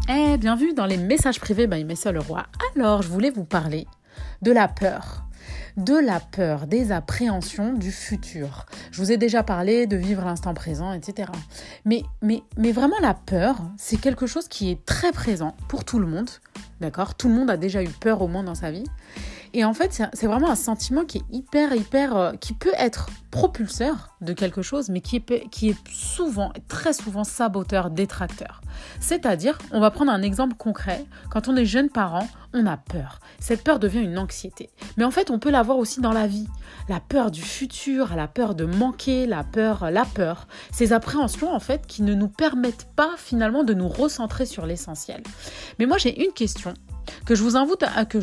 Bienvenue dans les messages privés by Maïssa Leroy. Alors, je voulais vous parler de la peur. Des appréhensions du futur. Je vous ai déjà parlé de vivre l'instant présent, etc. Mais vraiment, la peur, c'est quelque chose qui est très présent pour tout le monde. D'accord ? Tout le monde a déjà eu peur au moins dans sa vie. Et en fait, c'est vraiment un sentiment qui est qui peut être propulseur de quelque chose, mais qui est souvent, très souvent saboteur, détracteur. C'est-à-dire, on va prendre un exemple concret. Quand on est jeune parent, on a peur. Cette peur devient une anxiété. Mais en fait, on peut l'avoir aussi dans la vie. La peur du futur, la peur de manquer, la peur. Ces appréhensions, en fait, qui ne nous permettent pas finalement de nous recentrer sur l'essentiel. Mais moi, j'ai une question que je vous invite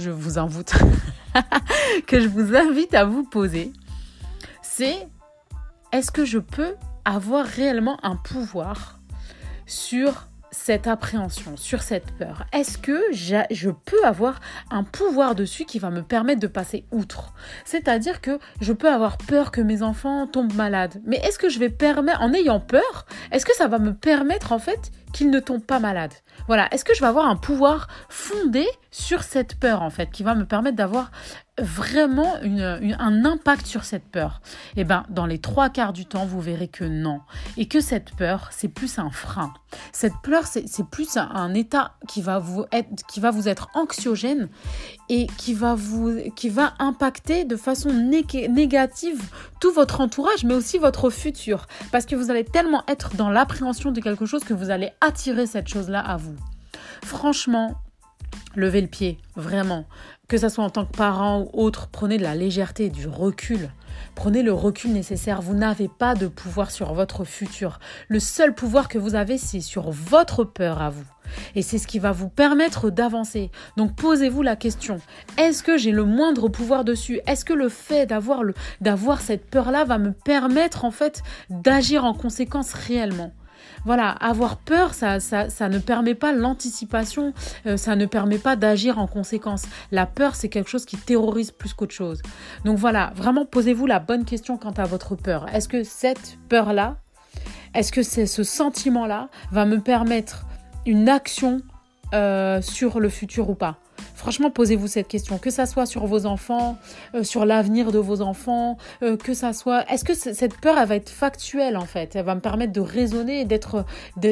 à vous poser, c'est: est-ce que je peux avoir réellement un pouvoir sur cette appréhension, sur cette peur? Est-ce que je peux avoir un pouvoir dessus qui va me permettre de passer outre? C'est-à-dire que je peux avoir peur que mes enfants tombent malades, mais est-ce que je vais permettre, en ayant peur, est-ce que ça va me permettre en fait qu'ils ne tombent pas malades? Voilà, est-ce que je vais avoir un pouvoir fondé sur cette peur en fait, qui va me permettre d'avoir vraiment un impact sur cette peur? Eh bien, dans les 3/4 du temps, vous verrez que non. Et que cette peur, c'est plus un frein. Cette peur, c'est plus un état qui va vous être anxiogène et qui va impacter de façon négative tout votre entourage, mais aussi votre futur. Parce que vous allez tellement être dans l'appréhension de quelque chose que vous allez attirer cette chose-là à vous. Franchement, levez le pied, vraiment. Que ça soit en tant que parent ou autre, prenez de la légèreté, du recul. Prenez le recul nécessaire. Vous n'avez pas de pouvoir sur votre futur. Le seul pouvoir que vous avez, c'est sur votre peur à vous. Et c'est ce qui va vous permettre d'avancer. Donc posez-vous la question: est-ce que j'ai le moindre pouvoir dessus? Est-ce que le fait d'avoir cette peur-là va me permettre en fait d'agir en conséquence réellement? Voilà, avoir peur, ça ne permet pas l'anticipation, ça ne permet pas d'agir en conséquence. La peur, c'est quelque chose qui terrorise plus qu'autre chose. Donc voilà, vraiment posez-vous la bonne question quant à votre peur. Est-ce que cette peur-là, est-ce que ce sentiment-là va me permettre une action sur le futur ou pas? Franchement, posez-vous cette question, que ça soit sur vos enfants, sur l'avenir de vos enfants, que ça soit... Est-ce que cette peur, elle va être factuelle en fait? Elle va me permettre de raisonner, d'être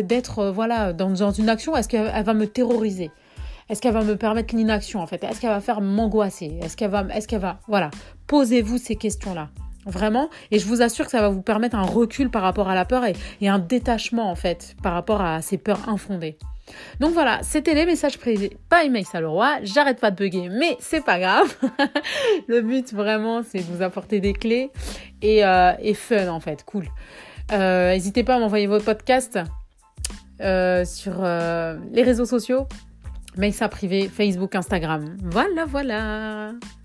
dans une action? Est-ce qu'elle va me terroriser? Est-ce qu'elle va me permettre l'inaction en fait? Est-ce qu'elle va faire m'angoisser? Est-ce qu'elle va... Voilà, posez-vous ces questions-là. Vraiment, et je vous assure que ça va vous permettre un recul par rapport à la peur et un détachement en fait par rapport à ces peurs infondées. Donc voilà, c'était les messages privés by Maïssa Leroy. J'arrête pas de bugger, mais c'est pas grave. Le but vraiment, c'est de vous apporter des clés et fun en fait, cool. N'hésitez pas à m'envoyer vos podcasts sur les réseaux sociaux. Maïssa privé, Facebook, Instagram. Voilà.